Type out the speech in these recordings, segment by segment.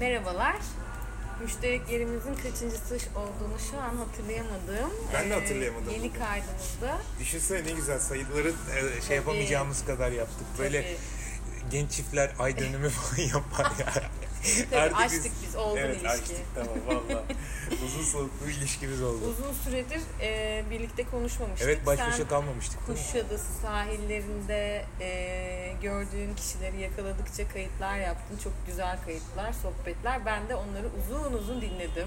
Merhabalar. Müşterek yerimizin kaçıncısı olduğunu şu an hatırlayamadım. Ben de hatırlayamadım. Yeni kaydımızda. Düşünsene ne güzel sayıları yapamayacağımız kadar yaptık. Böyle Tabii. genç çiftler ay dönümü falan yapar ya. Tabii açtık biz olgun evet, ilişki. Açtık tamam valla. Uzun soluklu bir ilişkimiz oldu. Uzun süredir birlikte konuşmamıştık. Evet baş başa kalmamıştık. Kuşadası sahillerinde gördüğün kişileri yakaladıkça kayıtlar yaptın. Çok güzel kayıtlar, sohbetler. Ben de onları uzun uzun dinledim.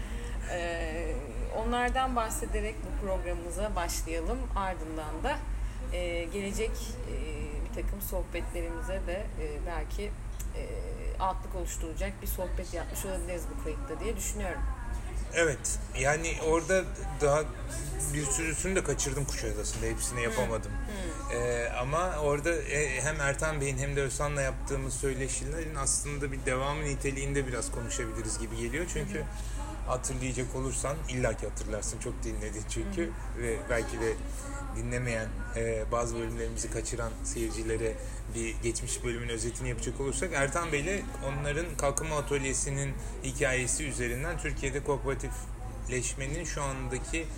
Onlardan bahsederek bu programımıza başlayalım. Ardından da gelecek bir takım sohbetlerimize de belki altlık oluşturacak bir sohbet yapmış olabiliriz bu kayıtta diye düşünüyorum. Evet, yani orada daha bir sürüsünü de kaçırdım Kuşadası'nda, hepsini yapamadım. Ama orada hem Ertan Bey'in hem de Özhan'la yaptığımız söyleşilerin aslında bir devamı niteliğinde biraz konuşabiliriz gibi geliyor. Çünkü hatırlayacak olursan, illaki hatırlarsın, çok dinledin çünkü ve belki de dinlemeyen, bazı bölümlerimizi kaçıran seyircilere bir geçmiş bölümün özetini yapacak olursak, Ertan Bey'le onların kalkınma atölyesinin hikayesi üzerinden Türkiye'de kooperatifleşmenin şu andaki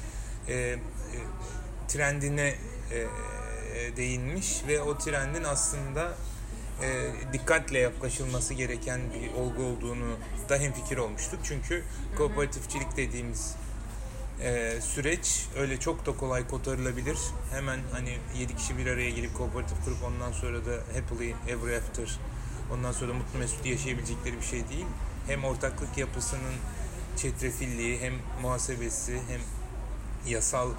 trendine değinmiş ve o trendin aslında dikkatle yaklaşılması gereken bir olgu olduğunu da hemfikir olmuştuk. Çünkü kooperatifçilik dediğimiz süreç öyle çok da kolay kotarılabilir. Hemen hani 7 kişi bir araya gelip kooperatif kurup ondan sonra da happily ever after, ondan sonra mutlu mesut yaşayabilecekleri bir şey değil. Hem ortaklık yapısının çetrefilliği, hem muhasebesi, hem yasal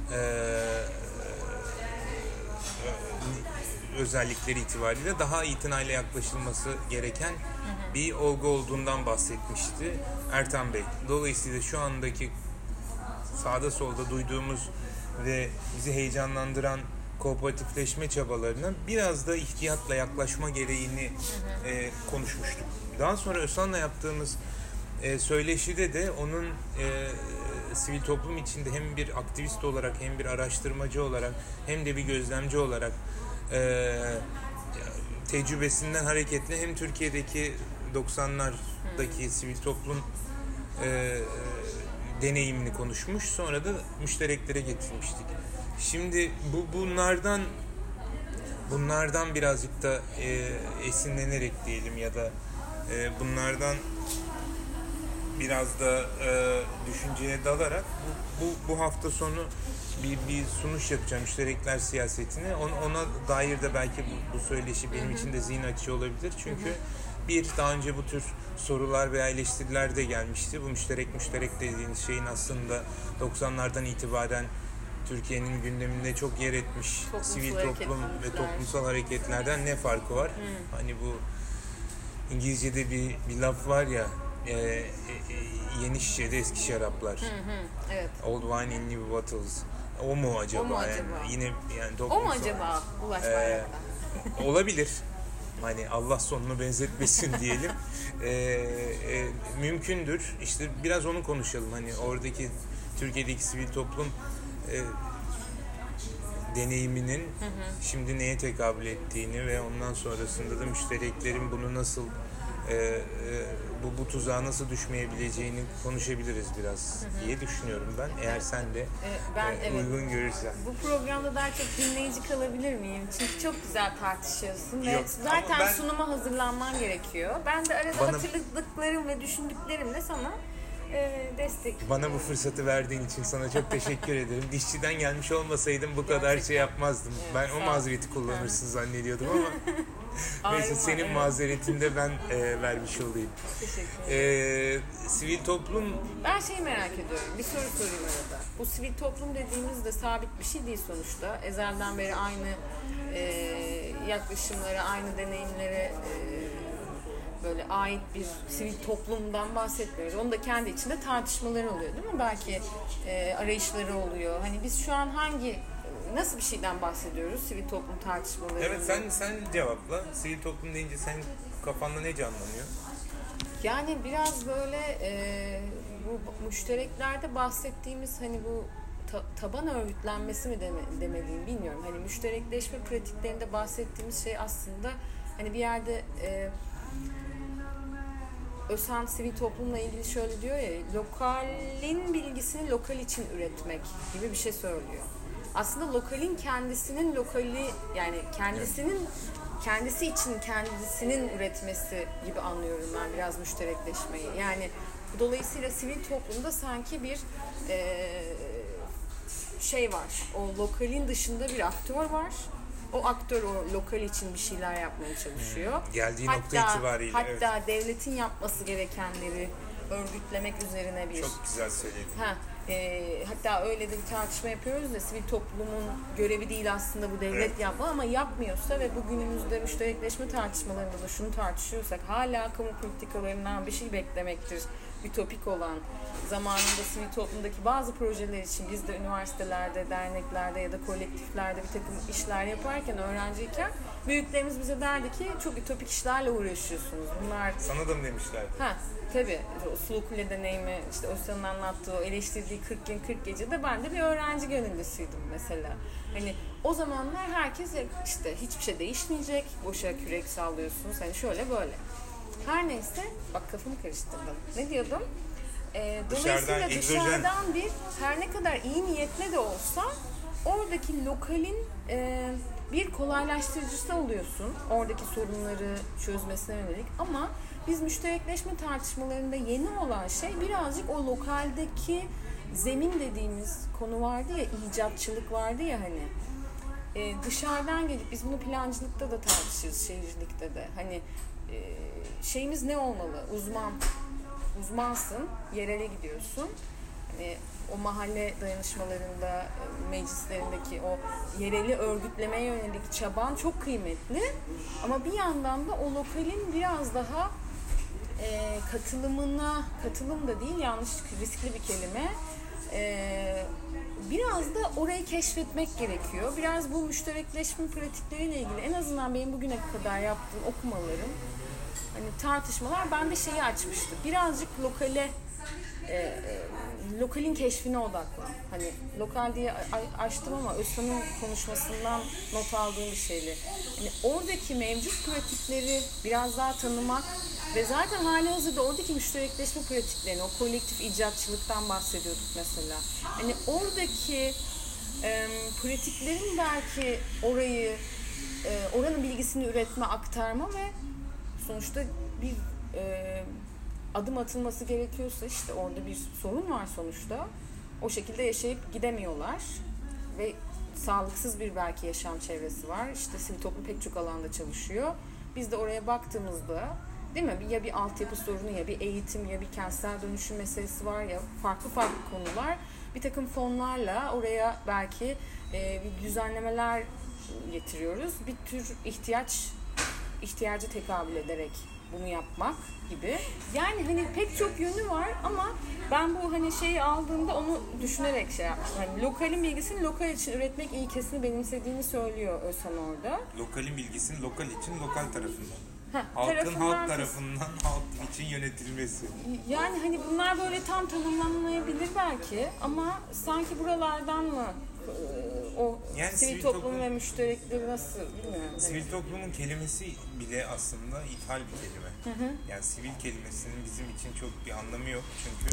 özellikleri itibariyle daha itinayla yaklaşılması gereken bir olgu olduğundan bahsetmişti Ertan Bey. Dolayısıyla şu andaki sağda solda duyduğumuz ve bizi heyecanlandıran kooperatifleşme çabalarına biraz da ihtiyatla yaklaşma gereğini konuşmuştuk. Daha sonra Özhan'la yaptığımız söyleşide de onun sivil toplum içinde hem bir aktivist olarak, hem bir araştırmacı olarak, hem de bir gözlemci olarak tecrübesinden hareketle hem Türkiye'deki 90'lardaki sivil toplum deneyimini konuşmuş. Sonra da müştereklere getirmiştik. Şimdi bunlardan birazcık da esinlenerek diyelim ya da bunlardan biraz da düşünceye dalarak bu hafta sonu bir sunuş yapacağım müşterekler siyasetine. Ona dair de belki bu söyleşi benim için de zihin açıcı olabilir. Çünkü daha önce bu tür sorular veya eleştiriler de gelmişti. Bu müşterek dediğiniz şeyin aslında 90'lardan itibaren Türkiye'nin gündeminde çok yer etmiş sivil toplum ve toplumsal hareketlerden ne farkı var? Hani bu İngilizce'de bir laf var ya, yeni şişede eski şaraplar. Evet. Old wine in new bottles. O mu acaba? Yani yine yani o mu acaba? Ulaş Bayraktar. Olabilir. Hani Allah sonunu benzetmesin diyelim. Mümkündür. İşte biraz onu konuşalım. Hani oradaki Türkiye'deki sivil toplum deneyiminin şimdi neye tekabül ettiğini ve ondan sonrasında da müştereklerin bunu nasıl bu tuzağa nasıl düşmeyebileceğini konuşabiliriz biraz diye düşünüyorum ben. Eğer sen de uygun görürsen. Bu programda daha çok dinleyici kalabilir miyim? Çünkü çok güzel tartışıyorsun ve Yok, zaten sunuma hazırlanman gerekiyor. Ben de arada Bana... hatırladıklarım ve düşündüklerimle sana destek. Bana bu fırsatı verdiğin için sana çok teşekkür ederim. Dişçiden gelmiş olmasaydım bu kadar şey yapmazdım. Evet, ben o mazereti kullanırsın zannediyordum ama neyse senin mazeretinde ben vermiş olayım. Teşekkür ederim. Sivil toplum... Ben merak ediyorum. Bir soru sorayım arada. Bu sivil toplum dediğimiz de sabit bir şey değil sonuçta. Ezelden beri aynı yaklaşımlara, aynı deneyimlere böyle ait bir sivil toplumdan bahsetmiyoruz. Onun da kendi içinde tartışmaları oluyor değil mi? Belki arayışları oluyor. Hani biz şu an nasıl bir şeyden bahsediyoruz sivil toplum tartışmaları? Evet sen cevapla. Sivil toplum deyince sen kafanda ne canlanıyor? Yani biraz böyle bu müştereklerde bahsettiğimiz hani bu taban örgütlenmesi mi demeliyim bilmiyorum. Hani müşterekleşme pratiklerinde bahsettiğimiz şey aslında hani bir yerde Özhan sivil toplumla ilgili şöyle diyor ya, lokalin bilgisini lokal için üretmek gibi bir şey söylüyor. Aslında lokalin kendisinin lokali, yani kendisi için kendisinin üretmesi gibi anlıyorum ben biraz müşterekleşmeyi. Yani dolayısıyla sivil toplumda sanki bir şey var. O lokalin dışında bir aktör var. O aktör o lokal için bir şeyler yapmaya çalışıyor. Geldiği nokta itibariyle. Hatta devletin yapması gerekenleri örgütlemek üzerine bir... Çok güzel söyledin. Hatta öyle de bir tartışma yapıyoruz da sivil toplumun görevi değil aslında bu devlet yapma, ama yapmıyorsa ve bugünümüzde müşterekleşme tartışmalarında da şunu tartışıyorsak hala kamu politikalarından bir şey beklemektir ütopik olan. Zamanında sivil toplumdaki bazı projeler için biz de üniversitelerde, derneklerde ya da kolektiflerde bir takım işler yaparken, öğrenciyken büyüklerimiz bize derdi ki çok ütopik işlerle uğraşıyorsunuz. Bunlar... Sana da mı demişlerdi? Tabii. O Sulu Kule deneyimi, işte Özcan'ın anlattığı o eleştirdiği 40 gün 40 gecede ben de bir öğrenci gönüllüsüydüm mesela. Hani o zamanlar herkes işte hiçbir şey değişmeyecek, boşa kürek sallıyorsunuz, hani şöyle böyle. Her neyse, bak kafamı karıştırdım. Ne diyordum? Dolayısıyla dışarıdan bir, her ne kadar iyi niyetli de olsa oradaki lokalin bir kolaylaştırıcısı oluyorsun. Oradaki sorunları çözmesine yönelik, ama biz müşterekleşme tartışmalarında yeni olan şey birazcık o lokaldeki zemin dediğimiz konu vardı ya, icatçılık vardı ya hani. Dışarıdan gelip biz bunu plancılıkta da tartışırız, şehircilikte de. Hani şeyimiz ne olmalı? Uzmansın, yerele gidiyorsun. Hani o mahalle dayanışmalarında, meclislerindeki o yereli örgütlemeye yönelik çaban çok kıymetli. Ama bir yandan da o lokalin biraz daha katılım da değil, yanlış, riskli bir kelime. Biraz da orayı keşfetmek gerekiyor. Biraz bu müşterekleşme pratikleriyle ilgili en azından benim bugüne kadar yaptığım okumalarım, hani tartışmalar bende şeyi açmıştı. Birazcık lokalin keşfine odaklan. Hani lokal diye açtım ama Özkan'ın konuşmasından not aldığım bir şeydi. Yani oradaki mevcut pratikleri biraz daha tanımak ve zaten halihazırda oradaki müşterekleşme pratiklerini, o kolektif icatçılıktan bahsediyorduk mesela. Hani oradaki pratiklerin belki oranın bilgisini üretme, aktarma ve sonuçta bir adım atılması gerekiyorsa, işte orada bir sorun var sonuçta. O şekilde yaşayıp gidemiyorlar ve sağlıksız bir belki yaşam çevresi var. İşte sivil toplum pek çok alanda çalışıyor. Biz de oraya baktığımızda, değil mi? Ya bir altyapı sorunu, ya bir eğitim, ya bir kentsel dönüşüm meselesi var, ya farklı konular. Bir takım fonlarla oraya belki bir düzenlemeler getiriyoruz. Bir tür ihtiyacı tekabül ederek bunu yapmak gibi. Yani hani pek çok yönü var ama ben bu hani şeyi aldığımda onu düşünerek şey yaptım. Hani lokalin bilgisini lokal için üretmek ilkesini benimsediğini söylüyor Özhan orada. Lokalin bilgisini lokal için lokal tarafından. Halkın halk tarafından halk için yönetilmesi. Yani hani bunlar böyle tam tanımlanmayabilir belki ama sanki buralardan mı o yani sivil toplum ve müşterekleri nasıl bilmiyorum. Sivil toplumun kelimesi bile aslında ithal bir kelime. Hı. Yani sivil kelimesinin bizim için çok bir anlamı yok. Çünkü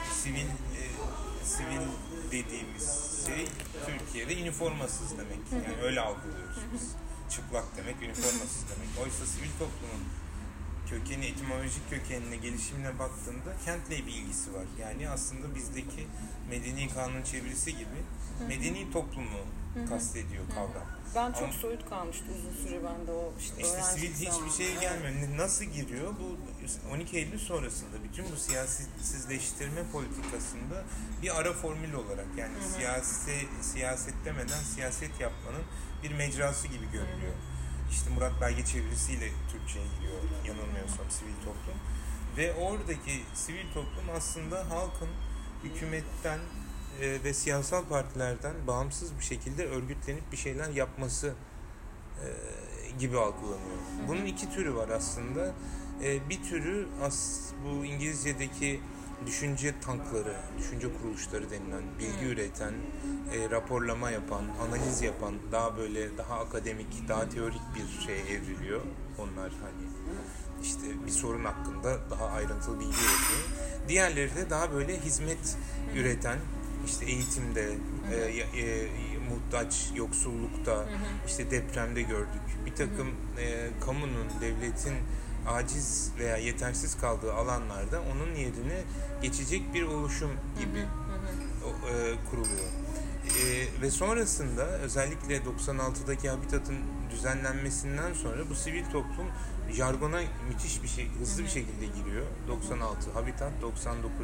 sivil dediğimiz şey Türkiye'de üniformasız demek. Yani öyle algılıyoruz biz. Çıplak demek, üniformasız demek. Oysa sivil toplumun kökeni, etimolojik kökenine, gelişimine baktığında kentle bir ilgisi var. Yani aslında bizdeki medeni kanun çevirisi gibi medeni toplumu kastediyor kavram. Ben çok soyut kalmıştı uzun süre bende o işte sivil hiçbir şey gelmiyor. Nasıl giriyor? Bu 12 Eylül sonrasında bütün bu siyasetsizleştirme politikasında bir ara formül olarak, yani siyaset demeden siyaset yapmanın bir mecrası gibi görülüyor. İşte Murat Belge çevirisiyle Türkçe'ye giriyor yanılmıyorsam sivil toplum. Ve oradaki sivil toplum aslında halkın hükümetten ve siyasal partilerden bağımsız bir şekilde örgütlenip bir şeyler yapması gibi algılanıyor. Bunun iki türü var aslında. Bir türü bu İngilizce'deki düşünce tankları, düşünce kuruluşları denilen, bilgi üreten, raporlama yapan, analiz yapan, daha akademik, daha teorik bir şeye evriliyor. Onlar hani işte bir sorun hakkında daha ayrıntılı bilgi üretiyor. Diğerleri de daha böyle hizmet üreten, işte eğitimde, muhtaç, yoksullukta, işte depremde gördük. Bir takım kamunun, devletin aciz veya yetersiz kaldığı alanlarda onun yerine geçecek bir oluşum gibi kuruluyor. Ve sonrasında özellikle 96'daki Habitat'ın düzenlenmesinden sonra bu sivil toplum jargona müthiş bir şey, hızlı bir şekilde giriyor. 96 Habitat, 99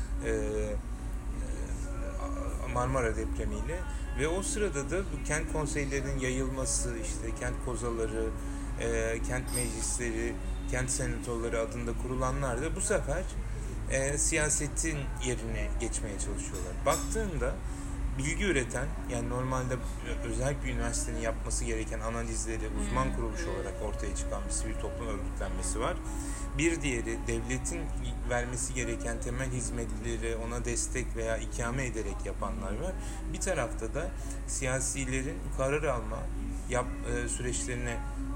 Marmara depremiyle ve o sırada da bu kent konseylerinin yayılması, işte kent kozaları, kent meclisleri, kent senatoları adında kurulanlar da bu sefer siyasetin yerine geçmeye çalışıyorlar. Baktığında bilgi üreten, yani normalde özel bir üniversitenin yapması gereken analizleri uzman kuruluş olarak ortaya çıkan bir sivil toplum örgütlenmesi var. Bir diğeri devletin vermesi gereken temel hizmetleri ona destek veya ikame ederek yapanlar var. Bir tarafta da siyasilerin karar alma süreçlerine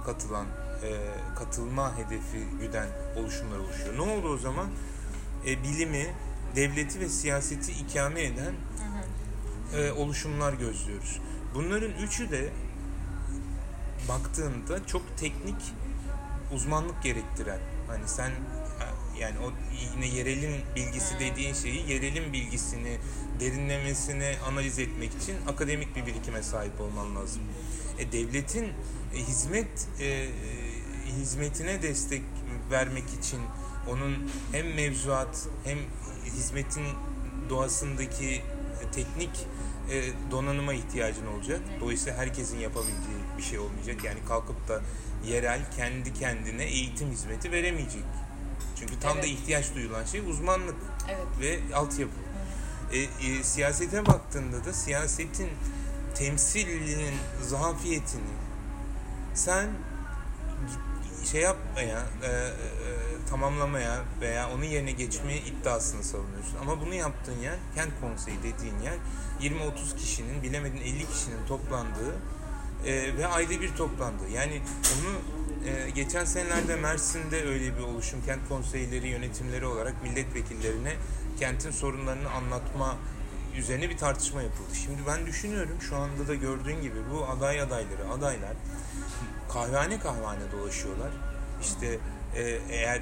katılma hedefi güden oluşumlar oluşuyor. Ne oldu o zaman? Bilimi, devleti ve siyaseti ikame eden oluşumlar gözlüyoruz. Bunların üçü de baktığında çok teknik uzmanlık gerektiren, hani sen yani o yine yerelin bilgisi dediğin şeyi, yerelin bilgisini derinlemesine analiz etmek için akademik bir birikime sahip olman lazım. Devletin hizmetine destek vermek için onun hem mevzuat hem hizmetin doğasındaki teknik donanıma ihtiyacın olacak. Dolayısıyla herkesin yapabildiği bir şey olmayacak. Yani kalkıp da yerel kendi kendine eğitim hizmeti veremeyecek. Çünkü tam da ihtiyaç duyulan şey uzmanlık ve altyapı. Siyasete baktığında da siyasetin temsilinin zafiyetini sen yapmaya, tamamlamaya veya onun yerine geçmeye iddiasını savunuyorsun. Ama bunu yaptığın yer, kent konseyi dediğin yer 20-30 kişinin, bilemedin 50 kişinin toplandığı ve ayda bir toplandığı. Yani onu geçen senelerde Mersin'de öyle bir oluşum, kent konseyleri yönetimleri olarak milletvekillerine kentin sorunlarını anlatma üzerine bir tartışma yapıldı. Şimdi ben düşünüyorum, şu anda da gördüğün gibi bu adaylar kahvehane dolaşıyorlar. İşte eğer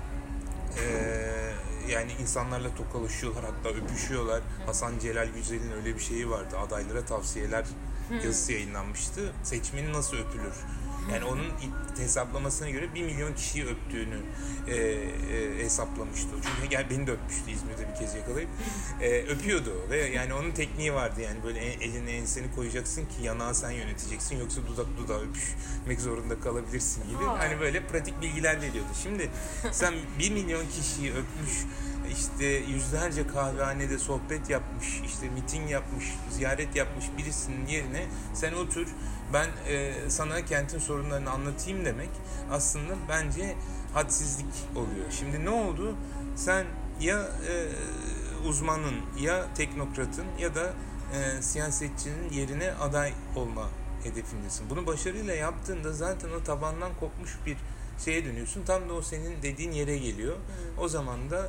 yani insanlarla tokalaşıyorlar, hatta öpüşüyorlar. Hasan Celal Güzel'in öyle bir şeyi vardı. Adaylara tavsiyeler yazısı yayınlanmıştı. Seçmenin nasıl öpülür? Yani onun hesaplamasına göre 1 milyon kişiyi öptüğünü hesaplamıştı. Çünkü beni de öpmüştü İzmir'de bir kez yakalayıp. Öpüyordu ve yani onun tekniği vardı. Yani böyle eline enseni koyacaksın ki yanağı sen yöneteceksin, yoksa dudağa öpüşmek zorunda kalabilirsin gibi. Hani böyle pratik bilgiler veriyordu. Şimdi sen 1 milyon kişiyi öpmüş, işte yüzlerce kahvehanede sohbet yapmış, işte miting yapmış, ziyaret yapmış birisinin yerine sen otur, ben sana kentin sorunlarını anlatayım demek aslında bence hadsizlik oluyor. Şimdi ne oldu? Sen ya uzmanın, ya teknokratın ya da siyasetçinin yerine aday olma hedefindesin. Bunu başarıyla yaptığında zaten o tabandan kopmuş bir şeye dönüyorsun. Tam da o senin dediğin yere geliyor. O zaman da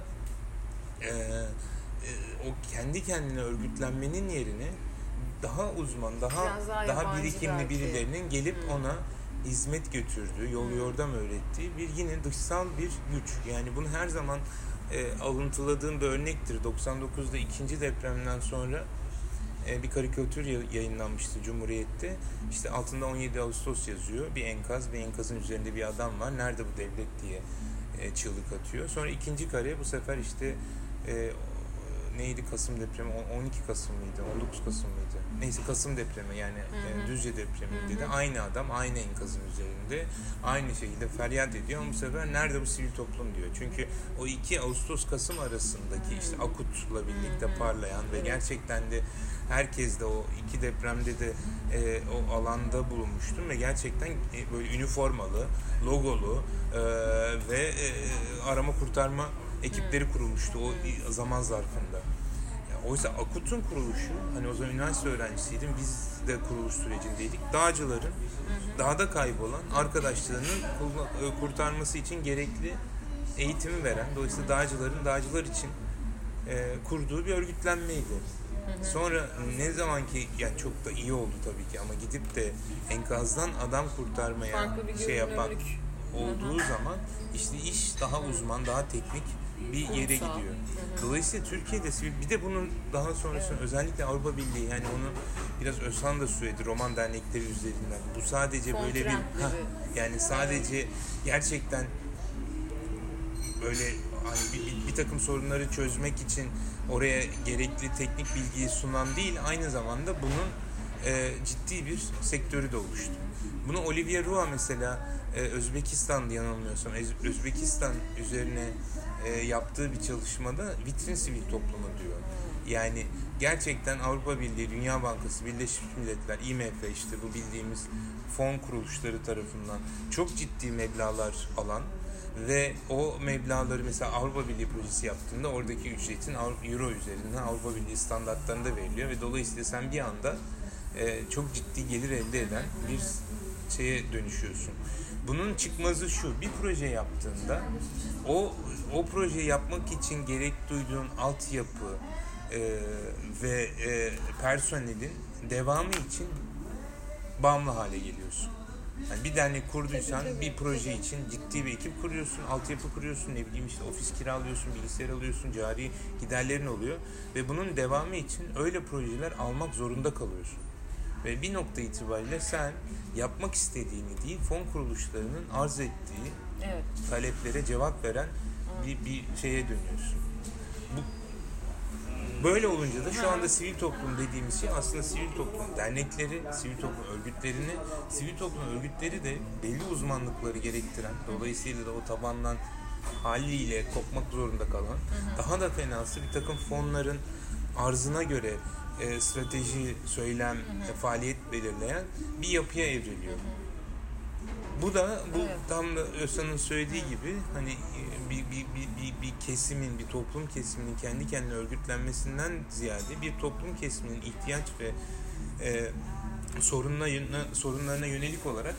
o kendi kendine örgütlenmenin yerine daha uzman, daha birikimli birilerinin gelip ona hizmet götürdüğü, yol yordam öğrettiği bir yine dışsal bir güç. Yani bunu her zaman alıntıladığım bir örnektir. 99'da ikinci depremden sonra bir karikatür yayınlanmıştı Cumhuriyet'te. İşte altında 17 Ağustos yazıyor. Bir enkazın üzerinde bir adam var. Nerede bu devlet diye çığlık atıyor. Sonra ikinci kare bu sefer işte neydi, Kasım depremi, 12 Kasım mıydı, 19 Kasım mıydı? Neyse, Kasım depremi, yani Düzce depreminde de aynı adam aynı enkazın üzerinde aynı şekilde feryat ediyor ama bu sefer nerede bu sivil toplum diyor. Çünkü o 2 Ağustos-Kasım arasındaki işte Akut'la birlikte parlayan ve gerçekten de herkes de o iki depremde de o alanda bulunmuştum ve gerçekten böyle üniformalı, logolu ve arama kurtarma ekipleri kurulmuştu o zaman zarfında. Oysa Akut'un kuruluşu, hani o zaman üniversite öğrencisiydim, biz de kuruluş sürecindeydik. Dağcıların dağda kaybolan arkadaşlarının kurtarması için gerekli eğitimi veren, dolayısıyla dağcılar için kurduğu bir örgütlenmeydi. Sonra ne zaman ki, yani çok da iyi oldu tabii ki, ama gidip de enkazdan adam kurtarmaya şey yapan olduğu zaman işte iş daha uzman, daha teknik bir yere gidiyor. Dolayısıyla Türkiye'de bir de bunun daha sonrasında özellikle Avrupa Birliği, yani onu biraz Özhan da söyledi, roman dernekleri üzerinden. Bu sadece böyle yani sadece gerçekten böyle hani bir takım sorunları çözmek için oraya gerekli teknik bilgiyi sunan değil, aynı zamanda bunun ciddi bir sektörü de oluştu. Bunu Olivier Roy mesela Özbekistan'da, yanılmıyorsam Özbekistan üzerine yaptığı bir çalışmada vitrin sivil toplumu diyor. Yani gerçekten Avrupa Birliği, Dünya Bankası, Birleşmiş Milletler, IMF, işte bu bildiğimiz fon kuruluşları tarafından çok ciddi meblağlar alan ve o meblağları mesela Avrupa Birliği projesi yaptığında oradaki ücretin euro üzerinden Avrupa Birliği standartlarında veriliyor ve dolayısıyla sen bir anda çok ciddi gelir elde eden bir şeye dönüşüyorsun. Bunun çıkmazı şu: bir proje yaptığında o projeyi yapmak için gerek duyduğun altyapı ve personelin devamı için bağımlı hale geliyorsun. Yani bir dernek kurduysan bir proje için ciddi bir ekip kuruyorsun, altyapı kuruyorsun, ne bileyim işte ofis kiralıyorsun, bilgisayar alıyorsun, cari giderlerin oluyor ve bunun devamı için öyle projeler almak zorunda kalıyorsun. Ve bir nokta itibariyle sen yapmak istediğini değil, fon kuruluşlarının arz ettiği taleplere cevap veren bir şeye dönüyorsun. Böyle olunca da şu anda sivil toplum dediğimiz şey aslında sivil toplum dernekleri, sivil toplum örgütleri de belli uzmanlıkları gerektiren, dolayısıyla da o tabandan haliyle kopmak zorunda kalan, daha da fenası bir takım fonların arzına göre strateji, söylem, faaliyet belirleyen bir yapıya evriliyor. Bu da tam da Özhan'ın söylediği gibi hani bir kesimin, bir toplum kesiminin kendi kendine örgütlenmesinden ziyade bir toplum kesiminin ihtiyaç ve sorunlarına yönelik olarak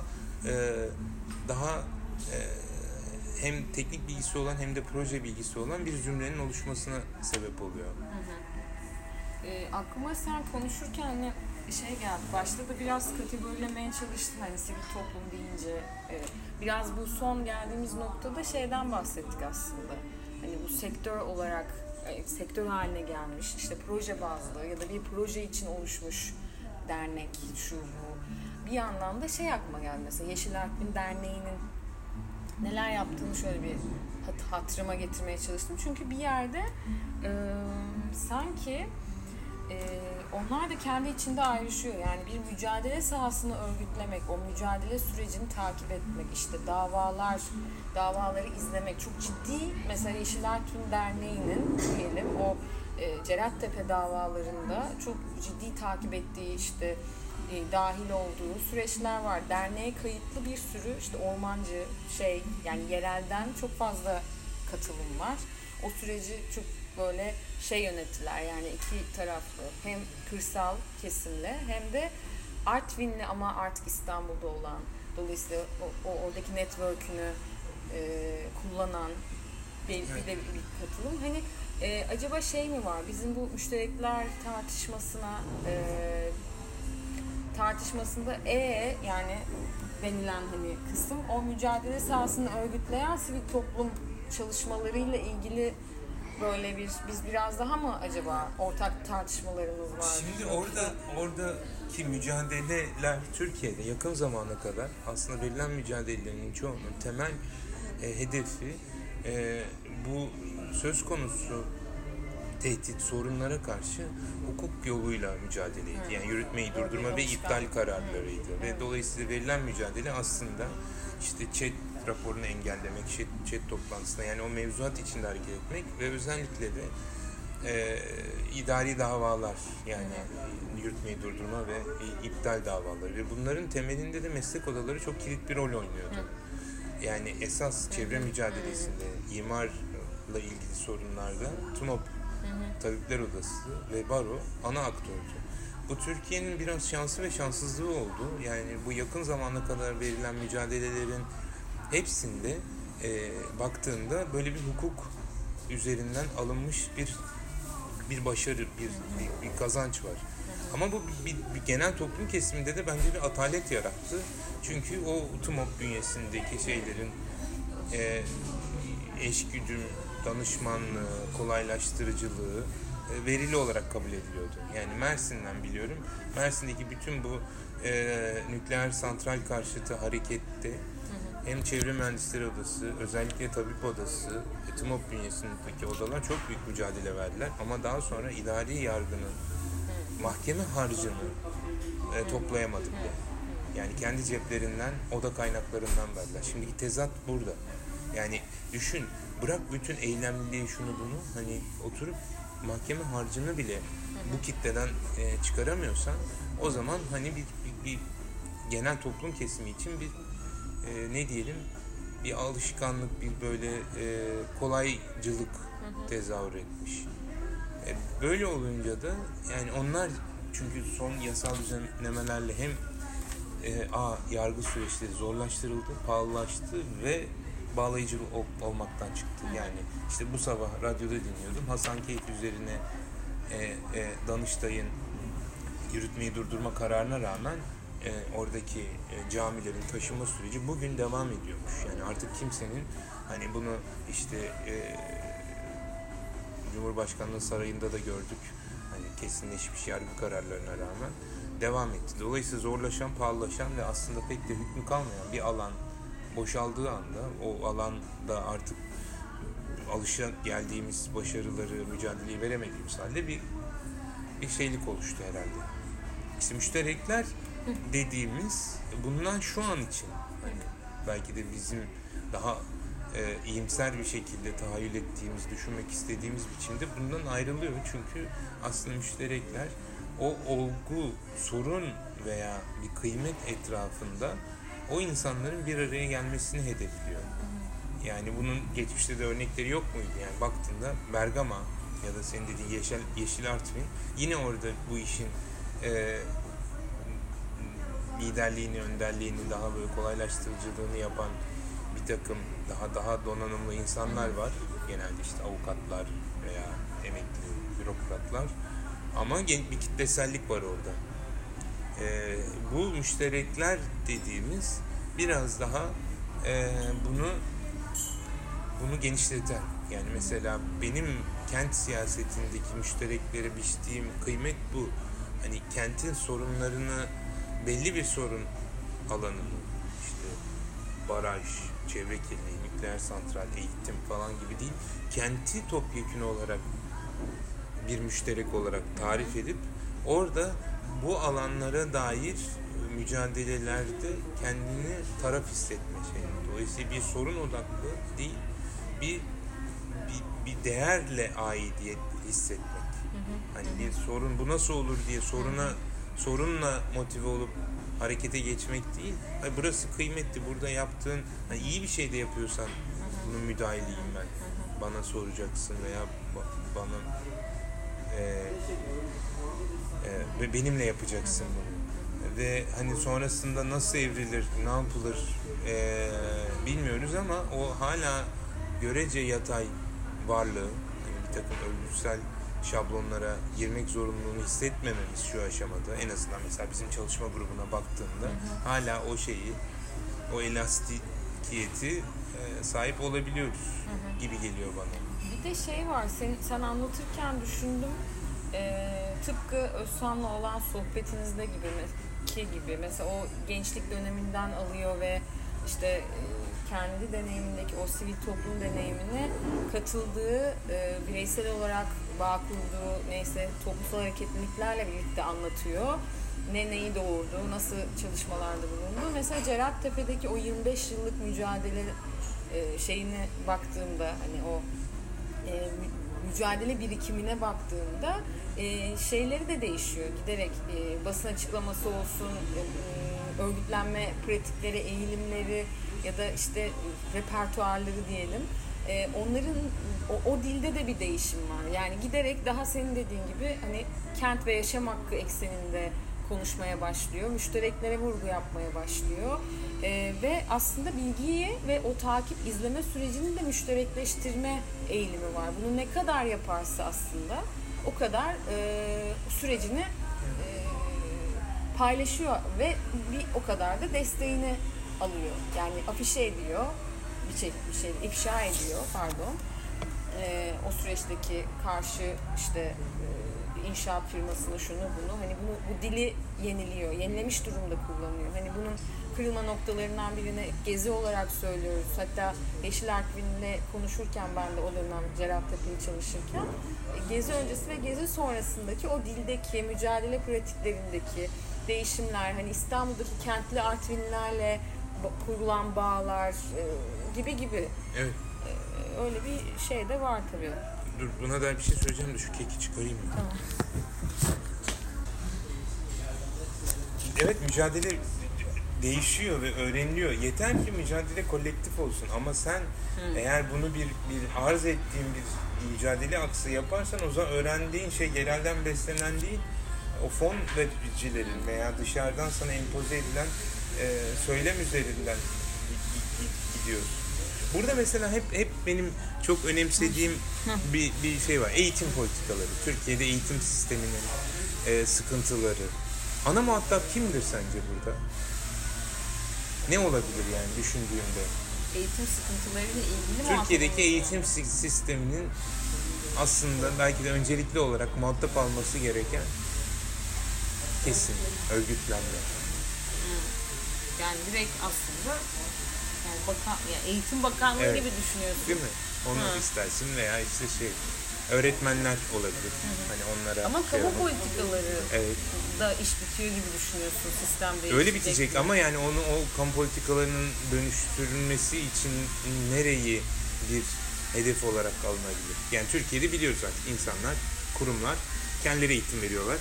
daha hem teknik bilgisi olan hem de proje bilgisi olan bir zümrenin oluşmasına sebep oluyor. Aklıma sen konuşurken hani şey geldi. Başta da biraz kategorilemeye çalıştım hani sivil toplum deyince. Biraz bu son geldiğimiz noktada şeyden bahsettik aslında. Hani bu sektör olarak sektör haline gelmiş, işte proje bazlı ya da bir proje için oluşmuş dernek, şu bu. Bir yandan da şey aklıma geldi mesela Yeşil Akbin Derneği'nin neler yaptığını şöyle bir hatırıma getirmeye çalıştım. Çünkü bir yerde sanki onlar da kendi içinde ayrışıyor. Yani bir mücadele sahasını örgütlemek, o mücadele sürecini takip etmek, işte davaları izlemek çok ciddi. Mesela Yeşil Akbin Derneği'nin diyelim o Cerattepe davalarında çok ciddi takip ettiği, işte dahil olduğu süreçler var. Derneğe kayıtlı bir sürü işte ormancı yani yerelden çok fazla katılım var. O süreci çok böyle yönettiler, yani iki taraflı, hem kırsal kesimle hem de Artvinli ama artık İstanbul'da olan, dolayısıyla oradaki network'ünü kullanan bir de bir katılım. Hani acaba mi var bizim bu müşterekler tartışmasında yani denilen hani kısım, o mücadele sahasını örgütleyen sivil toplum çalışmalarıyla ilgili böyle biz biraz daha mı acaba ortak tartışmalarımız var? Şimdi oradaki mücadeleler Türkiye'de yakın zamana kadar aslında verilen mücadelelerin çoğunun temel hedefi bu söz konusu tehdit, sorunlara karşı hukuk yoluyla mücadeleydi. Yani yürütmeyi durdurma ve iptal kararlarıydı. Ve dolayısıyla verilen mücadele aslında işte ÇED raporunu engellemek, ÇED toplantısında, yani o mevzuat içinde hareket etmek ve özellikle de idari davalar, yani yürütmeyi durdurma ve iptal davaları ve bunların temelinde de meslek odaları çok kilit bir rol oynuyordu. Yani esas çevre mücadelesinde, imarla ilgili sorunlarda TUNOP, Tabipler Odası ve Baro ana aktördü. Bu Türkiye'nin biraz şansı ve şanssızlığı oldu. Yani bu yakın zamana kadar verilen mücadelelerin hepsinde baktığında böyle bir hukuk üzerinden alınmış bir başarı, bir kazanç var. Ama bu bir genel toplum kesiminde de bence bir atalet yarattı. Çünkü o TMOB bünyesindeki şeylerin eşgüdüm, danışmanlığı, kolaylaştırıcılığı verili olarak kabul ediliyordu. Yani Mersin'den biliyorum. Mersin'deki bütün bu nükleer santral karşıtı harekette hem Çevre Mühendisleri Odası, özellikle Tabip Odası, TMOB bünyesindeki odalar çok büyük mücadele verdiler. Ama daha sonra idari yargının mahkeme harcını toplayamadık bile. Yani kendi ceplerinden, oda kaynaklarından verdiler. Şimdiki tezat burada. Yani düşün, bırak bütün eylemliliği şunu bunu, hani oturup mahkeme harcını bile bu kitleden çıkaramıyorsan, o zaman hani bir genel toplum kesimi için bir ne diyelim, bir alışkanlık, bir böyle kolaycılık tezahür etmiş. Böyle olunca da yani onlar, çünkü son yasal düzenlemelerle hem yargı süreçleri zorlaştırıldı, pahalılaştı ve bağlayıcı olmaktan çıktı. Yani işte bu sabah radyoda dinliyordum. Hasankeyf üzerine Danıştay'ın yürütmeyi durdurma kararına rağmen oradaki camilerin taşıma süreci bugün devam ediyormuş. Yani artık kimsenin hani bunu işte Cumhurbaşkanlığı Sarayı'nda da gördük. Hani kesinleşmiş yargı kararlarına rağmen devam etti. Dolayısıyla zorlaşan, pahalılaşan ve aslında pek de hükmü kalmayan bir alan boşaldığı anda, o alanda artık alışa geldiğimiz başarıları, mücadeleyi veremediğimiz halde bir şeylik oluştu herhalde. İşte müşterekler dediğimiz bundan şu an için hani belki de bizim daha iyimser bir şekilde tahayyül ettiğimiz, düşünmek istediğimiz biçimde bundan ayrılıyor. Çünkü aslında müşterekler o olgu, sorun veya bir kıymet etrafında o insanların bir araya gelmesini hedefliyor. Yani bunun geçmişte de örnekleri yok muydu? Yani baktığında Bergama ya da senin dediğin Yeşil Artvin yine orada bu işin liderliğini, önderliğini, daha böyle kolaylaştırıcılığını yapan bir takım daha donanımlı insanlar var. Genelde işte avukatlar veya emekli bürokratlar. Ama bir kitlesellik var orada. Bu müşterekler dediğimiz biraz daha bunu genişleten. Yani mesela benim kent siyasetindeki müştereklere biçtiğim kıymet bu. Hani kentin sorunlarını, belli bir sorun alanını, işte baraj, çevre kirliliği, nükleer santral, eğitim falan gibi değil, kenti topyekün olarak bir müşterek olarak tarif edip orada bu alanlara dair mücadelelerde kendini taraf hissetme şeyi. Dolayısıyla bir sorun odaklı değil, bir değerle aidiyet hissetmek. Hani bir sorun, bu nasıl olur diye sorunla motive olup harekete geçmek değil. Hani burası kıymetli, burada yaptığın hani iyi bir şey de yapıyorsan bunun müdahiliyim ben. Bana soracaksın veya bana ve benimle yapacaksın bunu. Ve hani sonrasında nasıl evrilir, ne yapılır bilmiyoruz ama o hala görece yatay varlığı, yani bir takım örgütsel şablonlara girmek zorunluluğunu hissetmememiz şu aşamada, en azından mesela bizim çalışma grubuna baktığımda hala o şeyi, o elastikiyeti sahip olabiliyoruz gibi geliyor bana. Bir de şey var, sen anlatırken düşündüm, tıpkı Özhan'la olan sohbetinizde gibi mesela o gençlik döneminden alıyor ve işte kendi deneyimindeki o sivil toplum deneyimine katıldığı, bireysel olarak bağ kurduğu neyse toplumsal hareketliliklerle birlikte anlatıyor. Neyi doğurdu, nasıl çalışmalarda bulundu. Mesela Cerattepe'deki o 25 yıllık mücadele şeyine baktığımda, hani o mücadele birikimine baktığımda şeyleri de değişiyor. Giderek basın açıklaması olsun, örgütlenme pratikleri, eğilimleri ya da işte repertuarları diyelim. Onların o dilde de bir değişim var. Yani giderek daha senin dediğin gibi hani kent ve yaşam hakkı ekseninde konuşmaya başlıyor. Müştereklere vurgu yapmaya başlıyor. Ve aslında bilgiyi ve o takip izleme sürecini de müşterekleştirme eğilimi var. Bunu ne kadar yaparsa aslında o kadar sürecini paylaşıyor ve bir o kadar da desteğini alıyor. Yani afişe ediyor, bir şey ifşa ediyor, pardon. O süreçteki karşı işte inşaat firmasını şunu bunu hani bu dili yeniliyor, yenilemiş durumda kullanıyor. Hani bunun kırılma noktalarından birine gezi olarak söylüyoruz. Hatta Yeşil Artvin'le konuşurken ben de o dönem Cerrahpaşa'yı çalışırken gezi öncesi ve gezi sonrasındaki o dildeki, mücadele pratiklerindeki değişimler, hani İstanbul'daki kentli Artvinlerle kurulan bağlar gibi. Evet. Öyle bir şey de var tabii. Dur, buna dair bir şey söyleyeceğim de şu keki çıkarayım mı? Tamam. Evet, mücadele değişiyor ve öğreniliyor. Yeter ki mücadele kolektif olsun. Ama sen eğer bunu bir arz ettiğin bir mücadele aksı yaparsan o zaman öğrendiğin şey yerelden beslenen değil, o fon vericilerin veya dışarıdan sana empoze edilen söylem üzerinden gidiyorsun. Burada mesela hep benim çok önemsediğim bir şey var. Eğitim politikaları. Türkiye'de eğitim sisteminin sıkıntıları. Ana muhatap kimdir sence burada? Ne olabilir yani düşündüğünde? Eğitim sıkıntılarıyla ilgili Türkiye'deki eğitim sisteminin aslında belki de öncelikli olarak muhatap alması gereken kesim, örgütlenme. Yani direkt aslında yani Eğitim Bakanlığı evet. gibi düşünüyorsun. Değil mi? Onu istersin veya işte öğretmenler olabilir. Hani onlara ama kamu politikaları evet. da iş bitiyor gibi düşünüyorsun sistemde. Öyle bitecek ama yani o kamu politikalarının dönüştürülmesi için nereyi bir hedef olarak alınabilir? Yani Türkiye'de biliyoruz artık insanlar, kurumlar kendileri eğitim veriyorlar.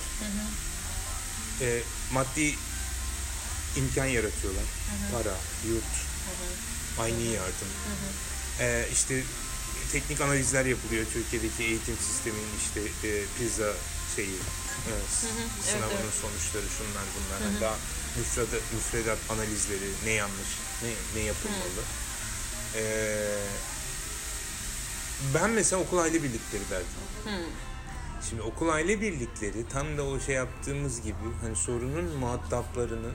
Maddi imkan yaratıyorlar. Para, yurt, aynı yardım. İşte teknik analizler yapılıyor Türkiye'deki eğitim sisteminin işte PISA sınavının sonuçları şunlar bunlar. Yani daha müfredat analizleri ne yanlış, ne yapılmalı. Ben mesela okul aile birlikleri derdim. Şimdi okul aile birlikleri tam da o yaptığımız gibi hani sorunun muhataplarının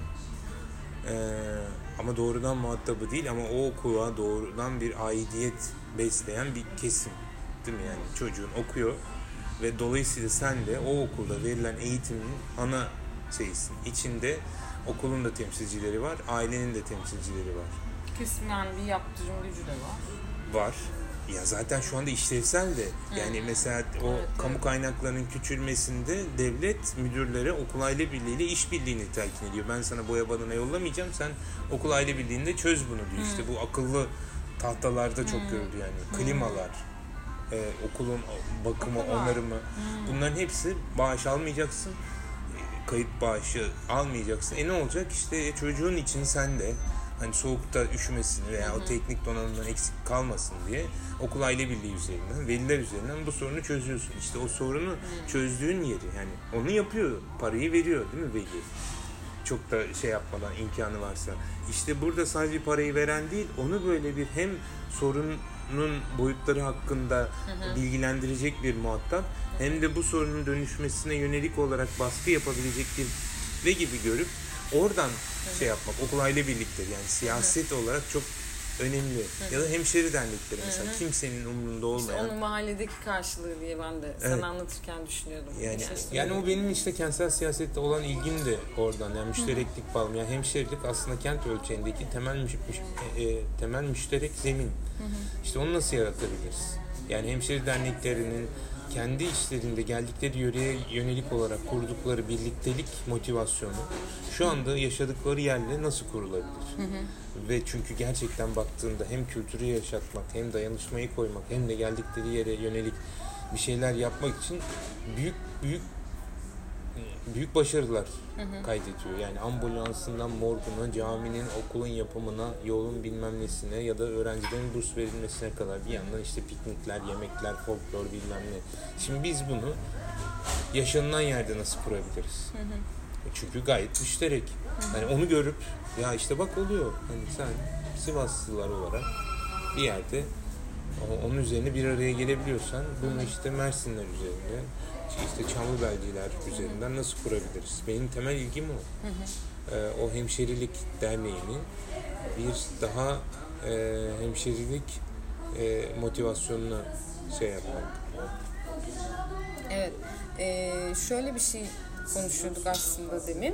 ama doğrudan muhatabı değil ama o okula doğrudan bir aidiyet besleyen bir kesim, değil mi? Yani çocuğun okuyor ve dolayısıyla sen de o okulda verilen eğitimin ana şeysin. İçinde okulun da temsilcileri var, ailenin de temsilcileri var. Kısmen bir yaptırım gücü de var. Var. Ya zaten şu anda işlevsel de yani mesela o kamu kaynaklarının küçülmesinde devlet müdürlere okul aile birliğiyle işbirliğini telkin ediyor. Ben sana boya badana yollamayacağım, sen okul aile birliğinde çöz bunu diyor. İşte bu akıllı tahtalarda çok görülüyor yani. Klimalar, okulun bakımı, onarımı. Bunların hepsi bağış almayacaksın. Kayıt bağışı almayacaksın. Ne olacak? İşte çocuğun için sen de hani soğukta üşümesini veya o teknik donanımdan eksik kalmasın diye okul aile birliği üzerinden, veliler üzerinden bu sorunu çözüyorsun. İşte o sorunu çözdüğün yeri yani onu yapıyor, parayı veriyor değil mi veli? Çok da yapmadan imkanı varsa. İşte burada sadece parayı veren değil, onu böyle bir hem sorunun boyutları hakkında bilgilendirecek bir muhatap hem de bu sorunun dönüşmesine yönelik olarak baskı yapabilecek bir ve gibi görüp oradan yapmak, okul aile birlikleri yani siyaset olarak çok önemli. Ya da hemşeri dernekleri mesela kimsenin umurunda olmayan. İşte onun mahalledeki karşılığı diye ben de sana anlatırken düşünüyordum. Yani o benim kentsel siyasette olan ilgim de oradan. Yani müştereklik bağlı. Yani hemşerilik aslında kent ölçeğindeki temel müşterek zemin. İşte onu nasıl yaratabiliriz? Yani hemşeri derneklerinin kendi işlerinde geldikleri yöreye yönelik olarak kurdukları birliktelik motivasyonu şu anda yaşadıkları yerle nasıl kurulabilir? Ve çünkü gerçekten baktığında hem kültürü yaşatmak, hem dayanışmayı koymak, hem de geldikleri yere yönelik bir şeyler yapmak için büyük başarılar kaydediyor. Yani ambulansından morguna, caminin, okulun yapımına, yolun bilmem nesine ya da öğrencilerin burs verilmesine kadar bir yandan işte piknikler, yemekler, folklor bilmem ne. Şimdi biz bunu yaşanılan yerde nasıl kurabiliriz? Çünkü gayet müşterek. Yani onu görüp ya işte bak oluyor. Hani sen Sivaslılar olarak bir yerde onun üzerine bir araya gelebiliyorsan bunu işte Mersinler üzerinde, işte Çamlıbelciler üzerinden nasıl kurabiliriz? Benim temel ilgim o. O hemşerilik derneğini bir daha hemşerilik motivasyonuna şey yapmak. Evet. Şöyle bir şey konuşuyorduk aslında demin.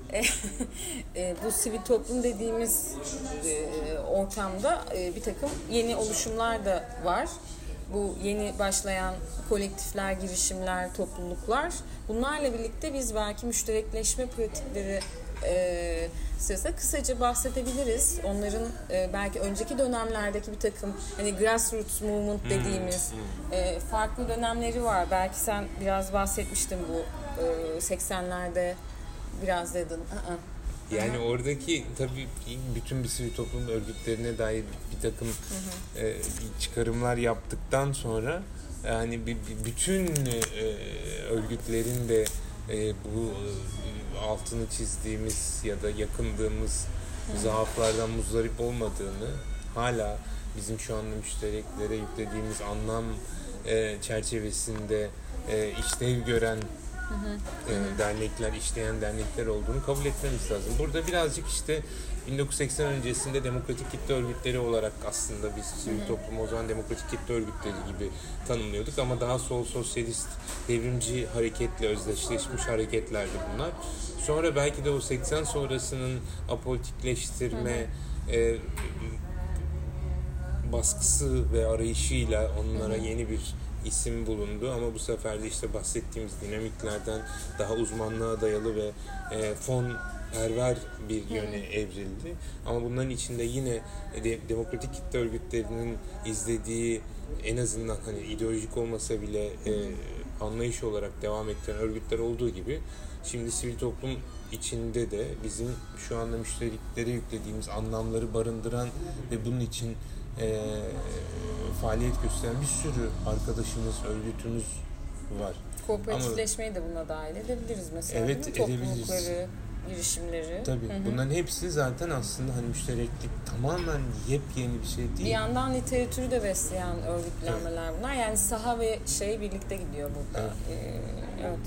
Bu sivil toplum dediğimiz ortamda bir takım yeni oluşumlar da var. Bu yeni başlayan kolektifler, girişimler, topluluklar. Bunlarla birlikte biz belki müşterekleşme pratikleri sırasında kısaca bahsedebiliriz. Onların belki önceki dönemlerdeki bir takım hani grassroots movement dediğimiz farklı dönemleri var. Belki sen biraz bahsetmiştin bu 80'lerde biraz dedin. Yani oradaki tabii bütün bir sivil toplum örgütlerine dair bir takım çıkarımlar yaptıktan sonra yani bütün örgütlerin de bu altını çizdiğimiz ya da yakındığımız zaaflardan muzdarip olmadığını, hala bizim şu anda müştereklere yüklediğimiz anlam çerçevesinde işlev gören dernekler, işleyen dernekler olduğunu kabul etmemiz lazım. Burada birazcık işte 1980 öncesinde demokratik kitle örgütleri olarak aslında biz sivil toplumu o zaman demokratik kitle örgütleri gibi tanımlıyorduk ama daha sol sosyalist devrimci hareketle özdeşleşmiş hareketlerdi bunlar. Sonra belki de o 80 sonrasının apolitikleştirme baskısı ve arayışıyla onlara yeni bir isim bulundu ama bu sefer de işte bahsettiğimiz dinamiklerden daha uzmanlığa dayalı ve fonperver bir yöne evrildi. Ama bunların içinde yine demokratik kitle örgütlerinin izlediği en azından hani ideolojik olmasa bile anlayış olarak devam ettiren örgütler olduğu gibi şimdi sivil toplum içinde de bizim şu anda müşteriklere yüklediğimiz anlamları barındıran ve bunun için faaliyet gösteren bir sürü arkadaşımız, örgütümüz var. Kooperatifleşmeyi de buna dahil edebiliriz mesela. Evet, toplulukları, girişimleri. Tabii. Bunların hepsi zaten aslında hani müştereklik tamamen yepyeni bir şey değil. Bir yandan literatürü de besleyen örgütlenmeler bunlar. Yani saha ve birlikte gidiyor burada. Evet.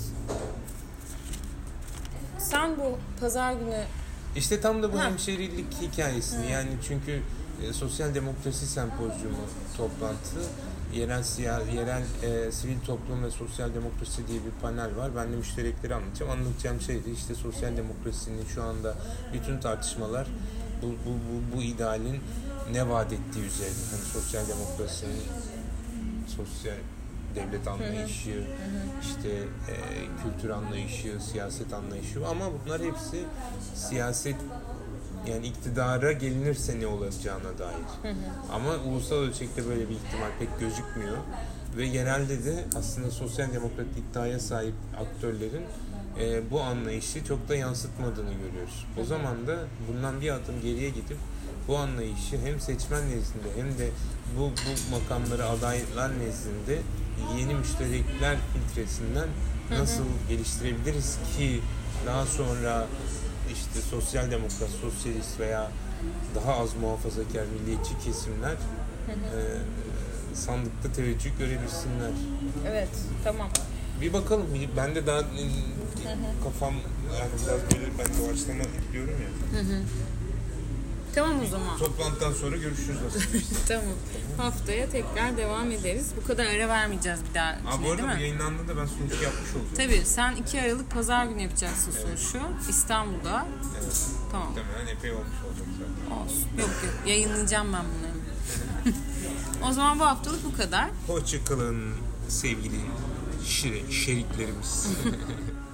Sen bu pazar günü İşte tam da bu hemşerilik hikayesini yani çünkü Sosyal Demokrasi Sempozyumu toplantı, yerel sivil toplum ve sosyal demokrasi diye bir panel var. Ben de müşterekleri anlatacağım. Anlatacağım şey de işte sosyal demokrasinin şu anda bütün tartışmalar bu idealin ne vaat ettiği üzerine. Hani sosyal demokrasinin sosyal devlet anlayışı, işte kültür anlayışı, siyaset anlayışı ama bunlar hepsi siyaset yani iktidara gelinirse ne olacağına dair. Ama ulusal ölçekte böyle bir ihtimal pek gözükmüyor. Ve genelde de aslında sosyal demokrat iddiaya sahip aktörlerin bu anlayışı çok da yansıtmadığını görüyoruz. O zaman da bundan bir adım geriye gidip bu anlayışı hem seçmen nezdinde hem de bu makamlara adaylar nezdinde yeni müşterekler filtresinden nasıl geliştirebiliriz ki daha sonra işte sosyal demokrat, sosyalist veya daha az muhafazakar milliyetçi kesimler sandıkta teveccüh görebilsinler. Evet, tamam. Bir bakalım. Ben de daha kafam yani biraz böyle ben doğaçlama gidiyorum ya. Tamam o zaman. Toplantıdan sonra görüşürüz aslında işte. Tamam. Haftaya tekrar devam ederiz. Bu kadar ara vermeyeceğiz bir daha. Bu arada bu yayınlandığında ben sunucu yapmış olacağım. Tabii. Sen 2 Aralık Pazar günü yapacaksın sunuşu. İstanbul'da. Evet. Tamam. Muhtemelen epey olmuş olacak zaten. Olsun. Yok. Yayınlayacağım ben bunları. O zaman bu haftalık bu kadar. Hoşça kalın sevgili şeriklerimiz.